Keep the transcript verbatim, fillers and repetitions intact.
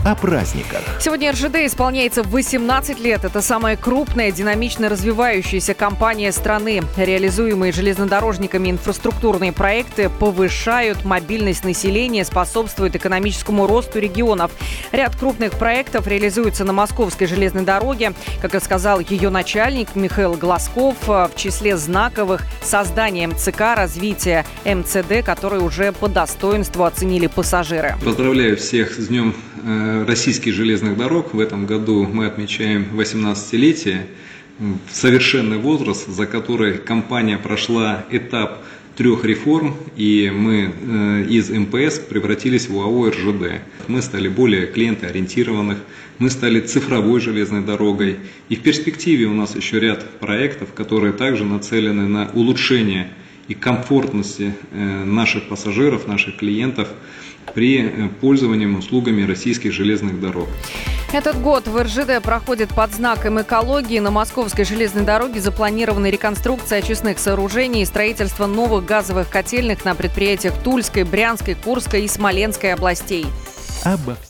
о праздниках. Сегодня эр жэ дэ исполняется восемнадцать лет. Это самая крупная, динамично развивающаяся компания страны. Реализуемые железнодорожниками инфраструктурные проекты повышают мобильность населения, способствуют экономическому росту регионов. Ряд крупных проектов реализуется на Московской железной дороге. Как рассказал ее начальник Михаил Глазков, в числе знаковых создание эм цэ ка, развитие эм цэ дэ, которые уже по достоинству оценили пассажиры. Поздравляю всех с Днем российских железных дорог. В этом году мы отмечаем восемнадцатилетие, совершенный возраст, за который компания прошла этап трех реформ, и мы из эм пэ эс превратились в ОАО эр жэ дэ. Мы стали более клиентоориентированных, мы стали цифровой железной дорогой. И в перспективе у нас еще ряд проектов, которые также нацелены на улучшение и комфортности наших пассажиров, наших клиентов при пользовании услугами российских железных дорог. Этот год в эр жэ дэ проходит под знаком экологии. На Московской железной дороге запланирована реконструкция очистных сооружений и строительство новых газовых котельных на предприятиях Тульской, Брянской, Курской и Смоленской областей. Обо всем.